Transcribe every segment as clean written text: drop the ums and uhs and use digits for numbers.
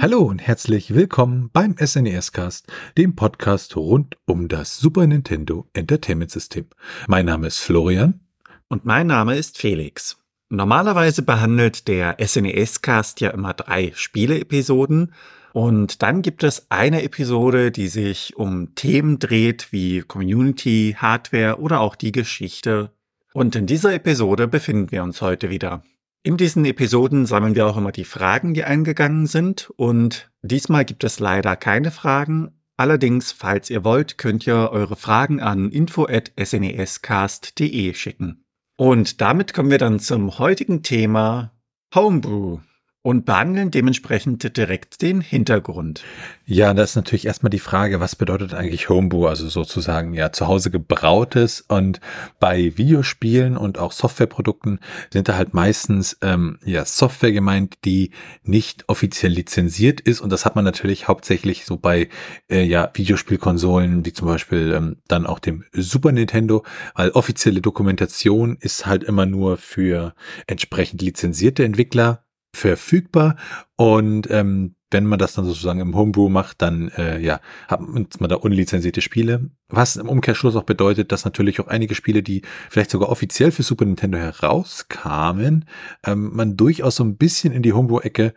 Hallo und herzlich willkommen beim SNES Cast, dem Podcast rund um das Super Nintendo Entertainment System. Mein Name ist Florian. Und mein Name ist Felix. Normalerweise behandelt der SNES-Cast ja immer 3 Spiele-Episoden. Und dann gibt es eine Episode, die sich um Themen dreht wie Community, Hardware oder auch die Geschichte. Und in dieser Episode befinden wir uns heute wieder. In diesen Episoden sammeln wir auch immer die Fragen, die eingegangen sind. Und diesmal gibt es leider keine Fragen. Allerdings, falls ihr wollt, könnt ihr eure Fragen an info@snescast.de schicken. Und damit kommen wir dann zum heutigen Thema Homebrew und behandeln dementsprechend direkt den Hintergrund. Ja, da ist natürlich erstmal die Frage, was bedeutet eigentlich Homebrew, also sozusagen ja zu Hause gebrautes, und bei Videospielen und auch Softwareprodukten sind da halt meistens Software gemeint, die nicht offiziell lizenziert ist, und das hat man natürlich hauptsächlich so bei Videospielkonsolen, wie zum Beispiel dann auch dem Super Nintendo, weil offizielle Dokumentation ist halt immer nur für entsprechend lizenzierte Entwickler verfügbar, und wenn man das dann sozusagen im Homebrew macht, dann hat man da unlizenzierte Spiele, was im Umkehrschluss auch bedeutet, dass natürlich auch einige Spiele, die vielleicht sogar offiziell für Super Nintendo herauskamen, man durchaus so ein bisschen in die Homebrew-Ecke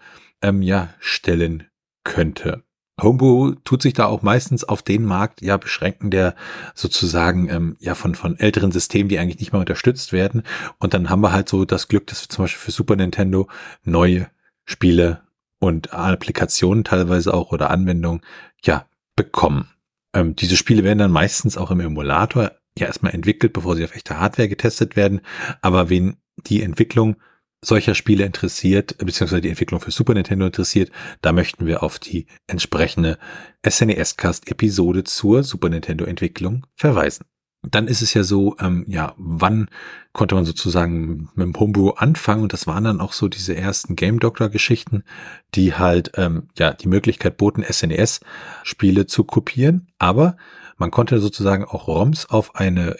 stellen könnte. Homebrew tut sich da auch meistens auf den Markt beschränken, der sozusagen von älteren Systemen, die eigentlich nicht mehr unterstützt werden. Und dann haben wir halt so das Glück, dass wir zum Beispiel für Super Nintendo neue Spiele und Applikationen teilweise auch oder Anwendungen bekommen. Diese Spiele werden dann meistens auch im Emulator erstmal entwickelt, bevor sie auf echter Hardware getestet werden. Aber wen die Entwicklung solcher Spiele interessiert, beziehungsweise die Entwicklung für Super Nintendo interessiert, da möchten wir auf die entsprechende SNES-Cast-Episode zur Super Nintendo-Entwicklung verweisen. Dann ist es ja so, wann konnte man sozusagen mit dem Homebrew anfangen? Und das waren dann auch so diese ersten Game Doctor-Geschichten, die halt die Möglichkeit boten, SNES-Spiele zu kopieren. Aber man konnte sozusagen auch ROMs auf eine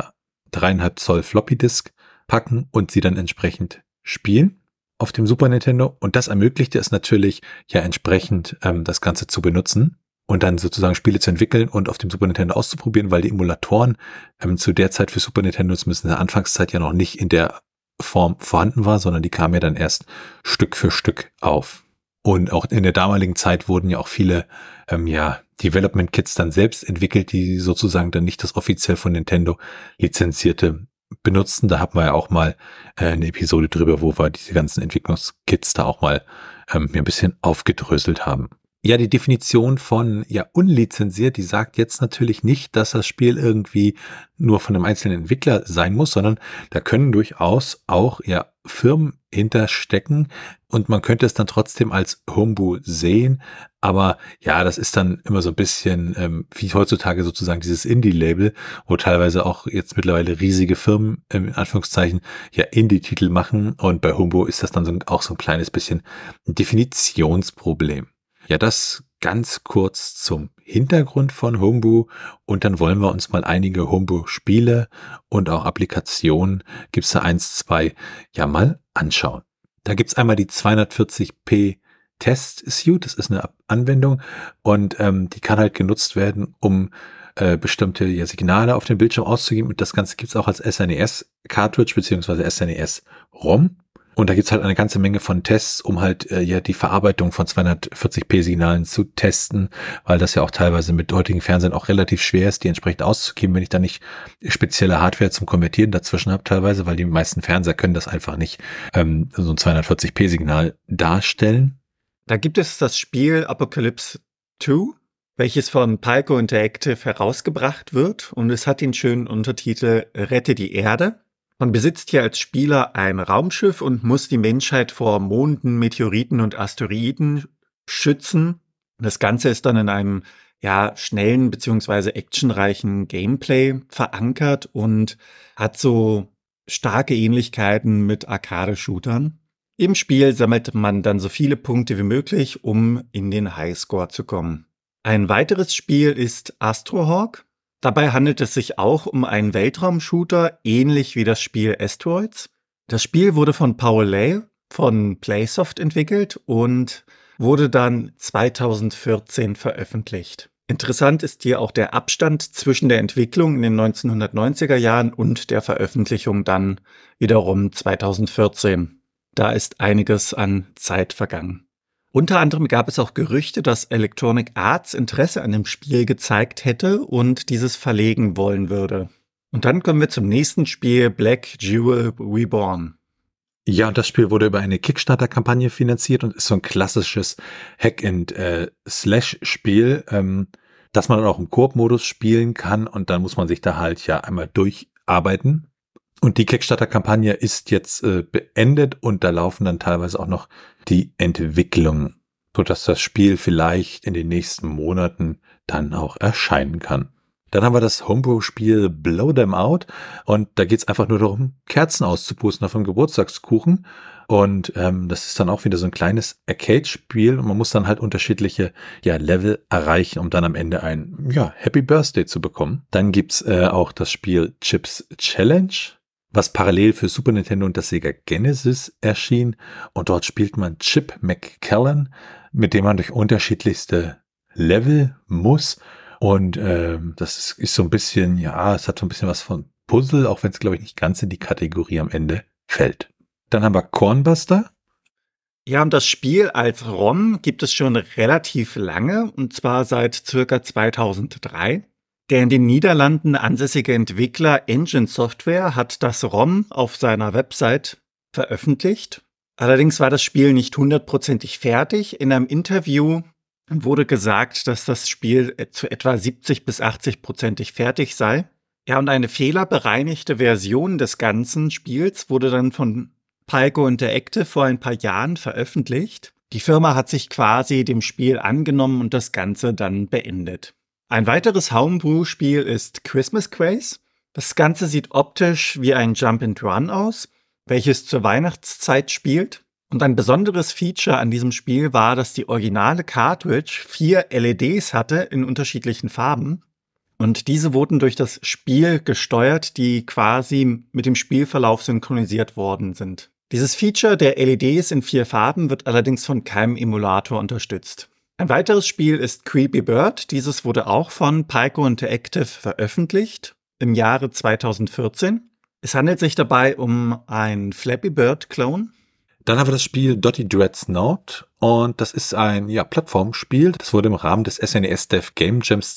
3,5 Zoll Floppy-Disk packen und sie dann entsprechend spielen auf dem Super Nintendo, und das ermöglichte es natürlich entsprechend das Ganze zu benutzen und dann sozusagen Spiele zu entwickeln und auf dem Super Nintendo auszuprobieren, weil die Emulatoren zu der Zeit für Super Nintendo, zumindest in der Anfangszeit, ja noch nicht in der Form vorhanden war, sondern die kamen ja dann erst Stück für Stück auf. Und auch in der damaligen Zeit wurden ja auch viele Development Kits dann selbst entwickelt, die sozusagen dann nicht das offiziell von Nintendo lizenzierte benutzen. Da haben wir ja auch mal eine Episode drüber, wo wir diese ganzen Entwicklungskits da auch mal ein bisschen aufgedröselt haben. Ja, die Definition von unlizenziert, die sagt jetzt natürlich nicht, dass das Spiel irgendwie nur von einem einzelnen Entwickler sein muss, sondern da können durchaus auch Firmen hinterstecken, und man könnte es dann trotzdem als Homebrew sehen. Aber das ist dann immer so ein bisschen wie heutzutage sozusagen dieses Indie-Label, wo teilweise auch jetzt mittlerweile riesige Firmen in Anführungszeichen Indie-Titel machen, und bei Homebrew ist das dann auch so ein kleines bisschen ein Definitionsproblem. Ja, das ganz kurz zum Hintergrund von Homebrew, und dann wollen wir uns mal einige Homebrew-Spiele und auch Applikationen, gibt's da 1, 2, mal anschauen. Da gibt's einmal die 240p Test Suite, das ist eine Anwendung, und die kann halt genutzt werden, um bestimmte Signale auf dem Bildschirm auszugeben, und das Ganze gibt's auch als SNES-Cartridge bzw. SNES-ROM. Und da gibt's halt eine ganze Menge von Tests, um halt die Verarbeitung von 240p-Signalen zu testen, weil das ja auch teilweise mit heutigen Fernsehen auch relativ schwer ist, die entsprechend auszugeben, wenn ich da nicht spezielle Hardware zum Konvertieren dazwischen habe teilweise, weil die meisten Fernseher können das einfach nicht so ein 240p-Signal darstellen. Da gibt es das Spiel Apocalypse 2, welches von Pico Interactive herausgebracht wird, und es hat den schönen Untertitel Rette die Erde. Man besitzt hier als Spieler ein Raumschiff und muss die Menschheit vor Monden, Meteoriten und Asteroiden schützen. Das Ganze ist dann in einem schnellen bzw. actionreichen Gameplay verankert und hat so starke Ähnlichkeiten mit Arcade-Shootern. Im Spiel sammelt man dann so viele Punkte wie möglich, um in den Highscore zu kommen. Ein weiteres Spiel ist Astrohawk. Dabei handelt es sich auch um einen Weltraumshooter, ähnlich wie das Spiel Asteroids. Das Spiel wurde von Paul Lay von Playsoft entwickelt und wurde dann 2014 veröffentlicht. Interessant ist hier auch der Abstand zwischen der Entwicklung in den 1990er Jahren und der Veröffentlichung dann wiederum 2014. Da ist einiges an Zeit vergangen. Unter anderem gab es auch Gerüchte, dass Electronic Arts Interesse an dem Spiel gezeigt hätte und dieses verlegen wollen würde. Und dann kommen wir zum nächsten Spiel, Black Jewel Reborn. Ja, und das Spiel wurde über eine Kickstarter-Kampagne finanziert und ist so ein klassisches Hack-and-Slash-Spiel, dass man dann auch im Koop-Modus spielen kann und dann muss man sich da halt ja einmal durcharbeiten. Und die Kickstarter-Kampagne ist jetzt beendet und da laufen dann teilweise auch noch die Entwicklungen, sodass das Spiel vielleicht in den nächsten Monaten dann auch erscheinen kann. Dann haben wir das Homebrew-Spiel Blow Them Out und da geht's einfach nur darum, Kerzen auszupusten auf einem Geburtstagskuchen und das ist dann auch wieder so ein kleines Arcade-Spiel und man muss dann halt unterschiedliche Level erreichen, um dann am Ende ein Happy Birthday zu bekommen. Dann gibt's auch das Spiel Chips Challenge, was parallel für Super Nintendo und das Sega Genesis erschien und dort spielt man Chip McCallan, mit dem man durch unterschiedlichste Level muss. Und das ist so ein bisschen, es hat so ein bisschen was von Puzzle, auch wenn es, glaube ich, nicht ganz in die Kategorie am Ende fällt. Dann haben wir Cornbuster. Ja, und das Spiel als ROM gibt es schon relativ lange, und zwar seit circa 2003. Der in den Niederlanden ansässige Entwickler Engine Software hat das ROM auf seiner Website veröffentlicht. Allerdings war das Spiel nicht 100%ig fertig. In einem Interview wurde gesagt, dass das Spiel zu etwa 70 bis 80%ig fertig sei. Ja, und eine fehlerbereinigte Version des ganzen Spiels wurde dann von Paico Interactive vor ein paar Jahren veröffentlicht. Die Firma hat sich quasi dem Spiel angenommen und das Ganze dann beendet. Ein weiteres Homebrew-Spiel ist Christmas Craze. Das Ganze sieht optisch wie ein Jump-and-Run aus, welches zur Weihnachtszeit spielt. Und ein besonderes Feature an diesem Spiel war, dass die originale Cartridge 4 LEDs hatte in unterschiedlichen Farben. Und diese wurden durch das Spiel gesteuert, die quasi mit dem Spielverlauf synchronisiert worden sind. Dieses Feature der LEDs in 4 Farben wird allerdings von keinem Emulator unterstützt. Ein weiteres Spiel ist Creepy Bird. Dieses wurde auch von Paico Interactive veröffentlicht im Jahre 2014. Es handelt sich dabei um ein Flappy Bird-Klon. Dann haben wir das Spiel Dotty Dreadnought und das ist ein Plattformspiel. Das wurde im Rahmen des SNES Dev Game Jams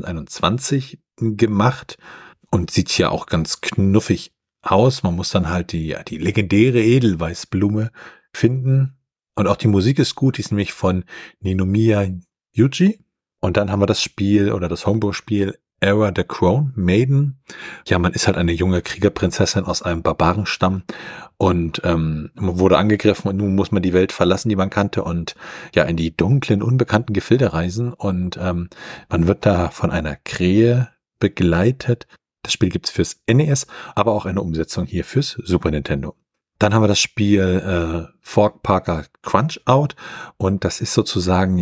2021 gemacht und sieht hier auch ganz knuffig aus. Man muss dann halt die legendäre Edelweißblume finden und auch die Musik ist gut. Die ist nämlich von Ninomiya Yuji. Und dann haben wir das Spiel oder das Homebrew-Spiel Era the Crown Maiden. Ja, man ist halt eine junge Kriegerprinzessin aus einem Barbarenstamm und man wurde angegriffen und nun muss man die Welt verlassen, die man kannte und in die dunklen, unbekannten Gefilde reisen und man wird da von einer Krähe begleitet. Das Spiel gibt's fürs NES, aber auch eine Umsetzung hier fürs Super Nintendo. Dann haben wir das Spiel Fork Parker Crunch Out und das ist sozusagen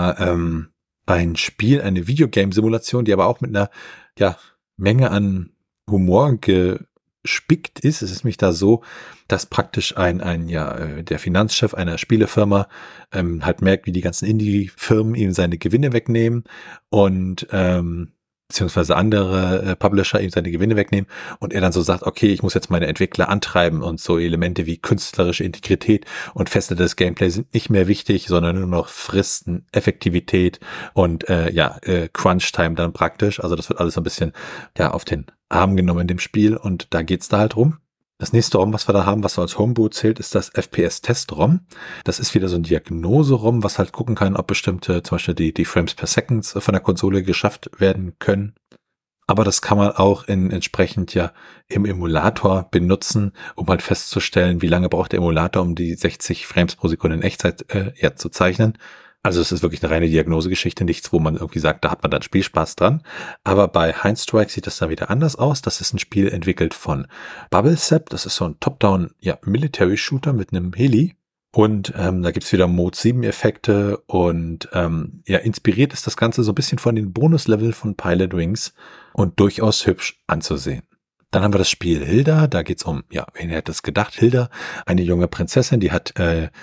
ein Spiel, eine Videogame-Simulation, die aber auch mit einer Menge an Humor gespickt ist. Es ist nämlich da so, dass praktisch der Finanzchef einer Spielefirma halt merkt, wie die ganzen Indie-Firmen ihm seine Gewinne wegnehmen und beziehungsweise andere Publisher ihm seine Gewinne wegnehmen und er dann so sagt, okay, ich muss jetzt meine Entwickler antreiben und so Elemente wie künstlerische Integrität und feststelltes Gameplay sind nicht mehr wichtig, sondern nur noch Fristen, Effektivität und Crunch-Time dann praktisch. Also das wird alles so ein bisschen auf den Arm genommen in dem Spiel und da geht's da halt rum. Das nächste ROM, was wir da haben, was so als Homebrew zählt, ist das FPS-Test-ROM. Das ist wieder so ein Diagnose-ROM, was halt gucken kann, ob bestimmte, zum Beispiel die Frames per Second von der Konsole geschafft werden können. Aber das kann man auch entsprechend im Emulator benutzen, um halt festzustellen, wie lange braucht der Emulator, um die 60 Frames pro Sekunde in Echtzeit zu zeichnen. Also es ist wirklich eine reine Diagnosegeschichte, nichts, wo man irgendwie sagt, da hat man dann Spielspaß dran. Aber bei Hindstrike sieht das dann wieder anders aus. Das ist ein Spiel entwickelt von Bubblesep. Das ist so ein Top-Down Military-Shooter mit einem Heli. Und da gibt's wieder Mode 7-Effekte und inspiriert ist das Ganze so ein bisschen von den Bonuslevel von Pilot Wings und durchaus hübsch anzusehen. Dann haben wir das Spiel Hilda, da geht's um, ja, wen hätte es gedacht, Hilda, eine junge Prinzessin, die hat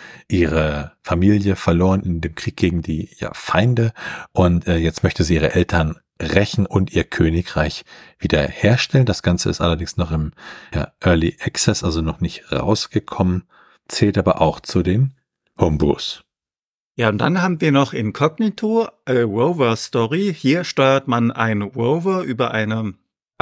ihre Familie verloren in dem Krieg gegen die Feinde und jetzt möchte sie ihre Eltern rächen und ihr Königreich wiederherstellen. Das Ganze ist allerdings noch im Early Access, also noch nicht rausgekommen, zählt aber auch zu den Homebrews. Ja, und dann haben wir noch Incognito, a Rover Story. Hier steuert man einen Rover über eine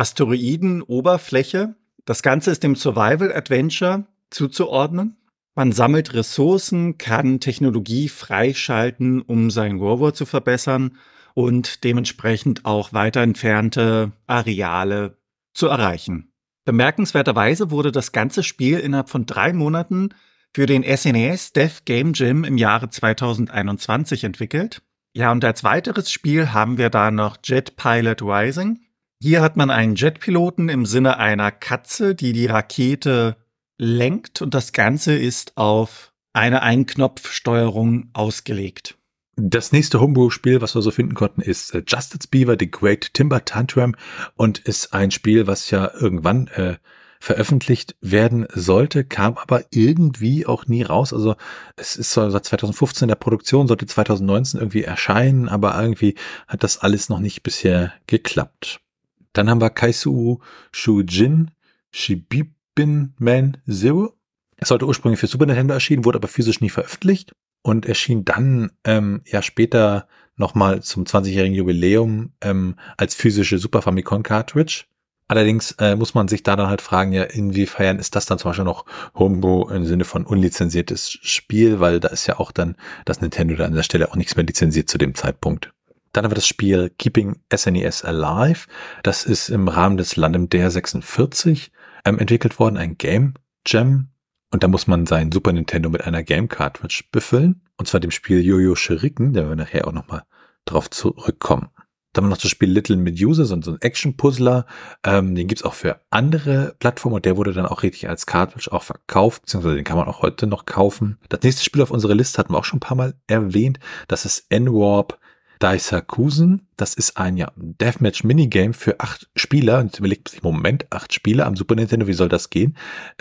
Asteroidenoberfläche. Das Ganze ist dem Survival Adventure zuzuordnen. Man sammelt Ressourcen, kann Technologie freischalten, um seinen Rover zu verbessern und dementsprechend auch weiter entfernte Areale zu erreichen. Bemerkenswerterweise wurde das ganze Spiel innerhalb von 3 Monaten für den SNES Dev Game Jam im Jahre 2021 entwickelt. Ja, und als weiteres Spiel haben wir da noch Jet Pilot Rising. Hier hat man einen Jetpiloten im Sinne einer Katze, die die Rakete lenkt, und das Ganze ist auf eine Einknopfsteuerung ausgelegt. Das nächste Homebrew-Spiel, was wir so finden konnten, ist Justice Beaver, The Great Timber Tantrum, und ist ein Spiel, was ja irgendwann veröffentlicht werden sollte, kam aber irgendwie auch nie raus. Also es ist so seit 2015 in der Produktion, sollte 2019 irgendwie erscheinen, aber irgendwie hat das alles noch nicht bisher geklappt. Dann haben wir Kaisuu Shujin Shibibin Man Zero. Es sollte ursprünglich für Super Nintendo erschienen, wurde aber physisch nie veröffentlicht und erschien dann später nochmal zum 20-jährigen Jubiläum als physische Super Famicom Cartridge. Allerdings muss man sich da dann halt fragen, ja, inwiefern ist das dann zum Beispiel noch Homebrew im Sinne von unlizenziertes Spiel, weil da ist ja auch dann das Nintendo da an der Stelle auch nichts mehr lizenziert zu dem Zeitpunkt. Dann haben wir das Spiel Keeping SNES Alive. Das ist im Rahmen des Landem der 46 entwickelt worden, ein Game Jam. Und da muss man sein Super Nintendo mit einer Game Cartridge befüllen. Und zwar dem Spiel Yo-Yo Shuriken, da werden wir nachher auch nochmal drauf zurückkommen. Dann haben wir noch das Spiel Little Medusa, so ein Action-Puzzler. Den gibt's auch für andere Plattformen und der wurde dann auch richtig als Cartridge auch verkauft, beziehungsweise den kann man auch heute noch kaufen. Das nächste Spiel auf unserer Liste hatten wir auch schon ein paar Mal erwähnt. Das ist N-Warp Daisakusen. Das ist ein Deathmatch-Minigame für 8 Spieler. Und jetzt überlegt sich, Moment, 8 Spieler am Super Nintendo, wie soll das gehen?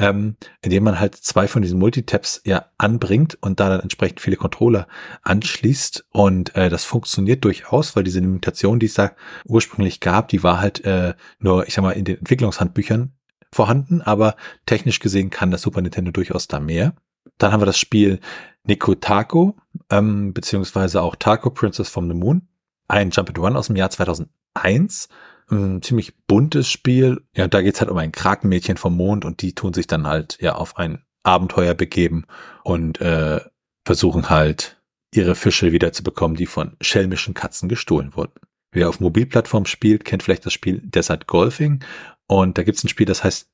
Indem man halt 2 von diesen Multitabs anbringt und da dann entsprechend viele Controller anschließt. Und das funktioniert durchaus, weil diese Limitation, die es da ursprünglich gab, die war halt nur, ich sag mal, in den Entwicklungshandbüchern vorhanden. Aber technisch gesehen kann das Super Nintendo durchaus da mehr. Dann haben wir das Spiel Nekotako, beziehungsweise auch Taco Princess from the Moon. Ein Jump-and-Run aus dem Jahr 2001. Ein ziemlich buntes Spiel. Ja, da geht's halt um ein Krakenmädchen vom Mond und die tun sich dann halt auf ein Abenteuer begeben und versuchen halt ihre Fische wiederzubekommen, die von schelmischen Katzen gestohlen wurden. Wer auf Mobilplattform spielt, kennt vielleicht das Spiel Desert Golfing. Und da gibt's ein Spiel, das heißt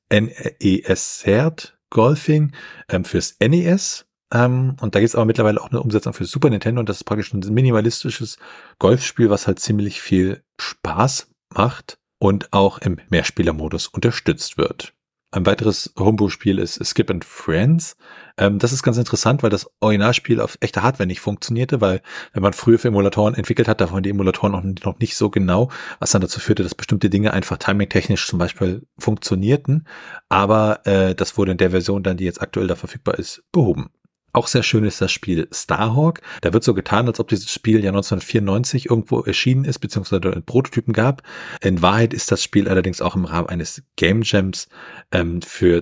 NES Cert Golfing fürs NES. Und da gibt es aber mittlerweile auch eine Umsetzung für Super Nintendo und das ist praktisch ein minimalistisches Golfspiel, was halt ziemlich viel Spaß macht und auch im Mehrspielermodus unterstützt wird. Ein weiteres Homebrew-Spiel ist Skip and Friends. Das ist ganz interessant, weil das Originalspiel auf echter Hardware nicht funktionierte, weil wenn man früher für Emulatoren entwickelt hat, da waren die Emulatoren noch nicht so genau, was dann dazu führte, dass bestimmte Dinge einfach timing-technisch zum Beispiel funktionierten. Aber das wurde in der Version dann, die jetzt aktuell da verfügbar ist, behoben. Auch sehr schön ist das Spiel Starhawk. Da wird so getan, als ob dieses Spiel ja 1994 irgendwo erschienen ist, beziehungsweise einen Prototypen gab. In Wahrheit ist das Spiel allerdings auch im Rahmen eines Game Jams für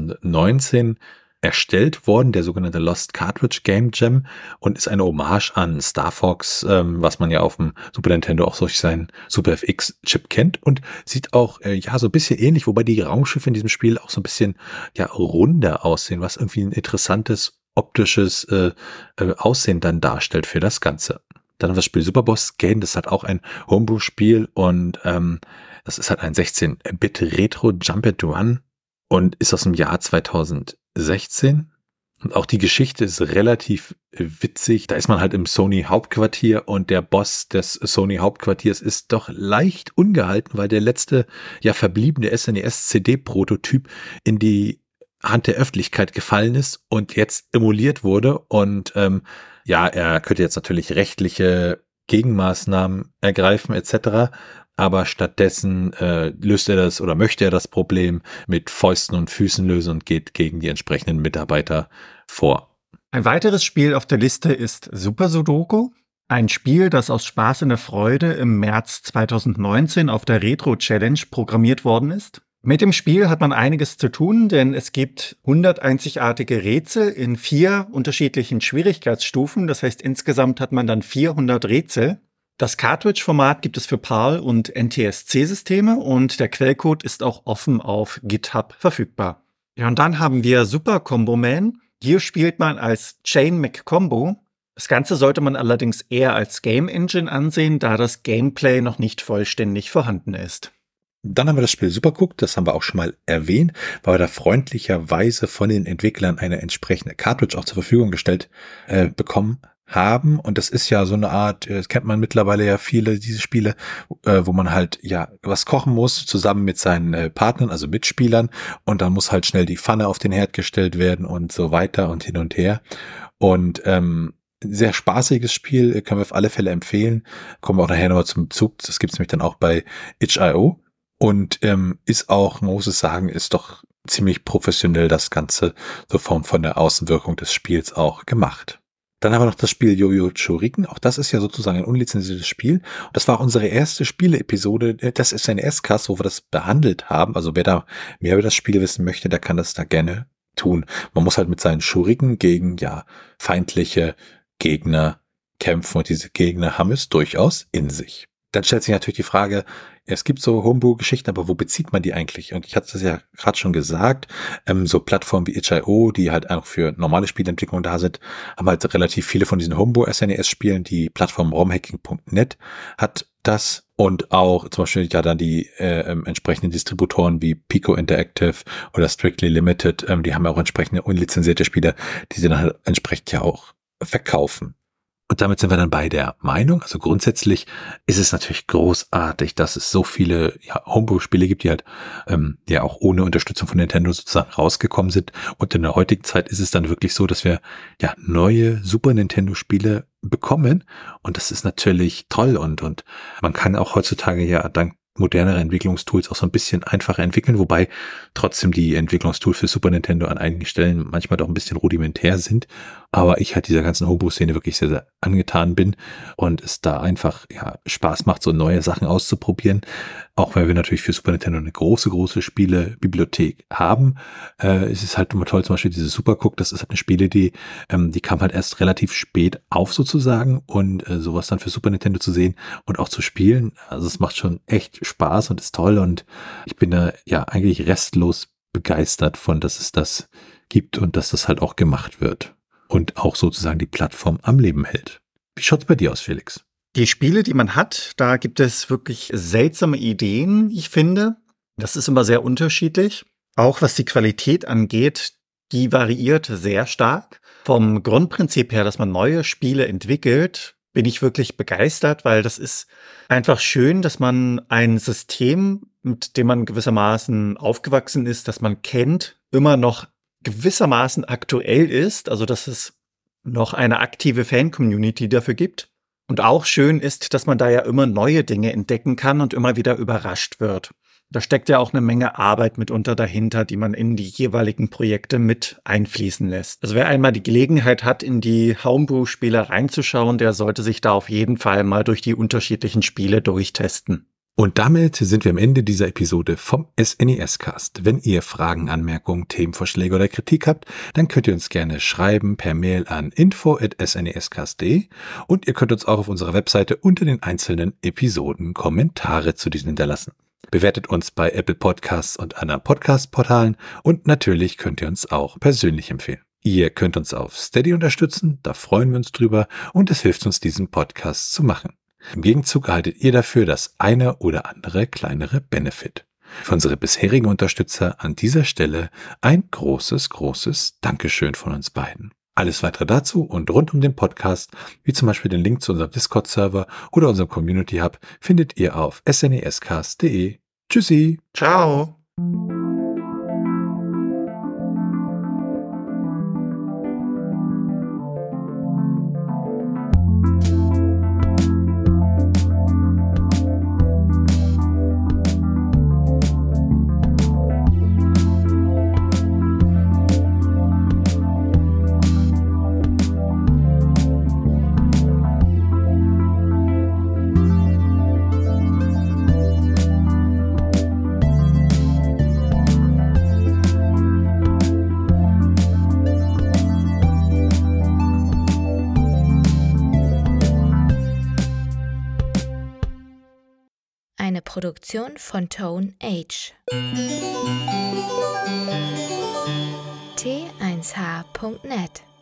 2019 erstellt worden, der sogenannte Lost Cartridge Game Jam, und ist eine Hommage an Star Fox, was man ja auf dem Super Nintendo auch durch seinen Super FX Chip kennt, und sieht auch so ein bisschen ähnlich, wobei die Raumschiffe in diesem Spiel auch so ein bisschen runder aussehen, was irgendwie ein interessantes optisches Aussehen dann darstellt für das Ganze. Dann das Spiel Superboss Game, das hat auch ein Homebrew-Spiel und das ist halt ein 16-Bit Retro Jump and Run und ist aus dem Jahr 2016. Und auch die Geschichte ist relativ witzig. Da ist man halt im Sony Hauptquartier und der Boss des Sony Hauptquartiers ist doch leicht ungehalten, weil der letzte verbliebene SNES-CD-Prototyp in die Hand der Öffentlichkeit gefallen ist und jetzt emuliert wurde und er könnte jetzt natürlich rechtliche Gegenmaßnahmen ergreifen etc., aber stattdessen löst er das oder möchte er das Problem mit Fäusten und Füßen lösen und geht gegen die entsprechenden Mitarbeiter vor. Ein weiteres Spiel auf der Liste ist Super Sudoku. Ein Spiel, das aus Spaß und der Freude im März 2019 auf der Retro Challenge programmiert worden ist. Mit dem Spiel hat man einiges zu tun, denn es gibt 100 einzigartige Rätsel in 4 unterschiedlichen Schwierigkeitsstufen. Das heißt, insgesamt hat man dann 400 Rätsel. Das Cartridge-Format gibt es für PAL und NTSC-Systeme und der Quellcode ist auch offen auf GitHub verfügbar. Ja, und dann haben wir Super Combo Man. Hier spielt man als Chain McCombo. Das Ganze sollte man allerdings eher als Game Engine ansehen, da das Gameplay noch nicht vollständig vorhanden ist. Dann haben wir das Spiel Supercook, das haben wir auch schon mal erwähnt, weil wir da freundlicherweise von den Entwicklern eine entsprechende Cartridge auch zur Verfügung gestellt bekommen haben. Und das ist ja so eine Art, das kennt man mittlerweile ja viele, diese Spiele, wo man halt ja was kochen muss, zusammen mit seinen Partnern, also Mitspielern. Und dann muss halt schnell die Pfanne auf den Herd gestellt werden und so weiter und hin und her. Und sehr spaßiges Spiel, können wir auf alle Fälle empfehlen. Kommen wir auch nachher nochmal zum Zug. Das gibt's nämlich dann auch bei itch.io. Und ist auch, man muss es sagen, ist doch ziemlich professionell das Ganze so von der Außenwirkung des Spiels auch gemacht. Dann haben wir noch das Spiel Yo-Yo Shuriken. Auch das ist ja sozusagen ein unlizenziertes Spiel. Und das war unsere erste Spiele-Episode. Das ist ein S-Cast, wo wir das behandelt haben. Also wer da mehr über das Spiel wissen möchte, der kann das da gerne tun. Man muss halt mit seinen Shuriken gegen ja feindliche Gegner kämpfen. Und diese Gegner haben es durchaus in sich. Dann stellt sich natürlich die Frage, es gibt so Homebrew-Geschichten, aber wo bezieht man die eigentlich? Und ich hatte das ja gerade schon gesagt, so Plattformen wie itch.io, die halt auch für normale Spielentwicklung da sind, haben halt relativ viele von diesen Homebrew-SNES-Spielen. Die Plattform romhacking.net hat das und auch zum Beispiel ja dann die entsprechenden Distributoren wie Pico Interactive oder Strictly Limited, die haben ja auch entsprechende unlizenzierte Spiele, die sie dann halt entsprechend ja auch verkaufen. Und damit sind wir dann bei der Meinung. Also grundsätzlich ist es natürlich großartig, dass es so viele Homebrew-Spiele gibt, die halt ja auch ohne Unterstützung von Nintendo sozusagen rausgekommen sind. Und in der heutigen Zeit ist es dann wirklich so, dass wir ja neue Super Nintendo-Spiele bekommen. Und das ist natürlich toll. Und man kann auch heutzutage ja dank modernere Entwicklungstools auch so ein bisschen einfacher entwickeln, wobei trotzdem die Entwicklungstools für Super Nintendo an einigen Stellen manchmal doch ein bisschen rudimentär sind. Aber ich halt dieser ganzen Homebrew-Szene wirklich sehr, sehr angetan bin und es da einfach ja Spaß macht, so neue Sachen auszuprobieren. Auch weil wir natürlich für Super Nintendo eine große Spielebibliothek haben. Es ist halt immer toll, zum Beispiel diese Supercook, das ist halt eine Spielidee, die kam halt erst relativ spät auf sozusagen und sowas dann für Super Nintendo zu sehen und auch zu spielen. Also es macht schon echt Spaß und ist toll und ich bin da ja eigentlich restlos begeistert von, dass es das gibt und dass das halt auch gemacht wird. Und auch sozusagen die Plattform am Leben hält. Wie schaut's bei dir aus, Felix? Die Spiele, die man hat, da gibt es wirklich seltsame Ideen, ich finde. Das ist immer sehr unterschiedlich. Auch was die Qualität angeht, die variiert sehr stark. Vom Grundprinzip her, dass man neue Spiele entwickelt, bin ich wirklich begeistert, weil das ist einfach schön, dass man ein System, mit dem man gewissermaßen aufgewachsen ist, das man kennt, immer noch gewissermaßen aktuell ist, also dass es noch eine aktive Fan-Community dafür gibt. Und auch schön ist, dass man da ja immer neue Dinge entdecken kann und immer wieder überrascht wird. Da steckt ja auch eine Menge Arbeit mitunter dahinter, die man in die jeweiligen Projekte mit einfließen lässt. Also wer einmal die Gelegenheit hat, in die Homebrew-Spiele reinzuschauen, der sollte sich da auf jeden Fall mal durch die unterschiedlichen Spiele durchtesten. Und damit sind wir am Ende dieser Episode vom SNES-Cast. Wenn ihr Fragen, Anmerkungen, Themenvorschläge oder Kritik habt, dann könnt ihr uns gerne schreiben per Mail an info@snescast.de und ihr könnt uns auch auf unserer Webseite unter den einzelnen Episoden Kommentare zu diesen hinterlassen. Bewertet uns bei Apple Podcasts und anderen Podcast-Portalen und natürlich könnt ihr uns auch persönlich empfehlen. Ihr könnt uns auf Steady unterstützen, da freuen wir uns drüber und es hilft uns, diesen Podcast zu machen. Im Gegenzug erhaltet ihr dafür das eine oder andere kleinere Benefit. Für unsere bisherigen Unterstützer an dieser Stelle ein großes Dankeschön von uns beiden. Alles weitere dazu und rund um den Podcast, wie zum Beispiel den Link zu unserem Discord-Server oder unserem Community Hub, findet ihr auf snescast.de. Tschüssi! Ciao! eine Produktion von Tone Age. T1h.net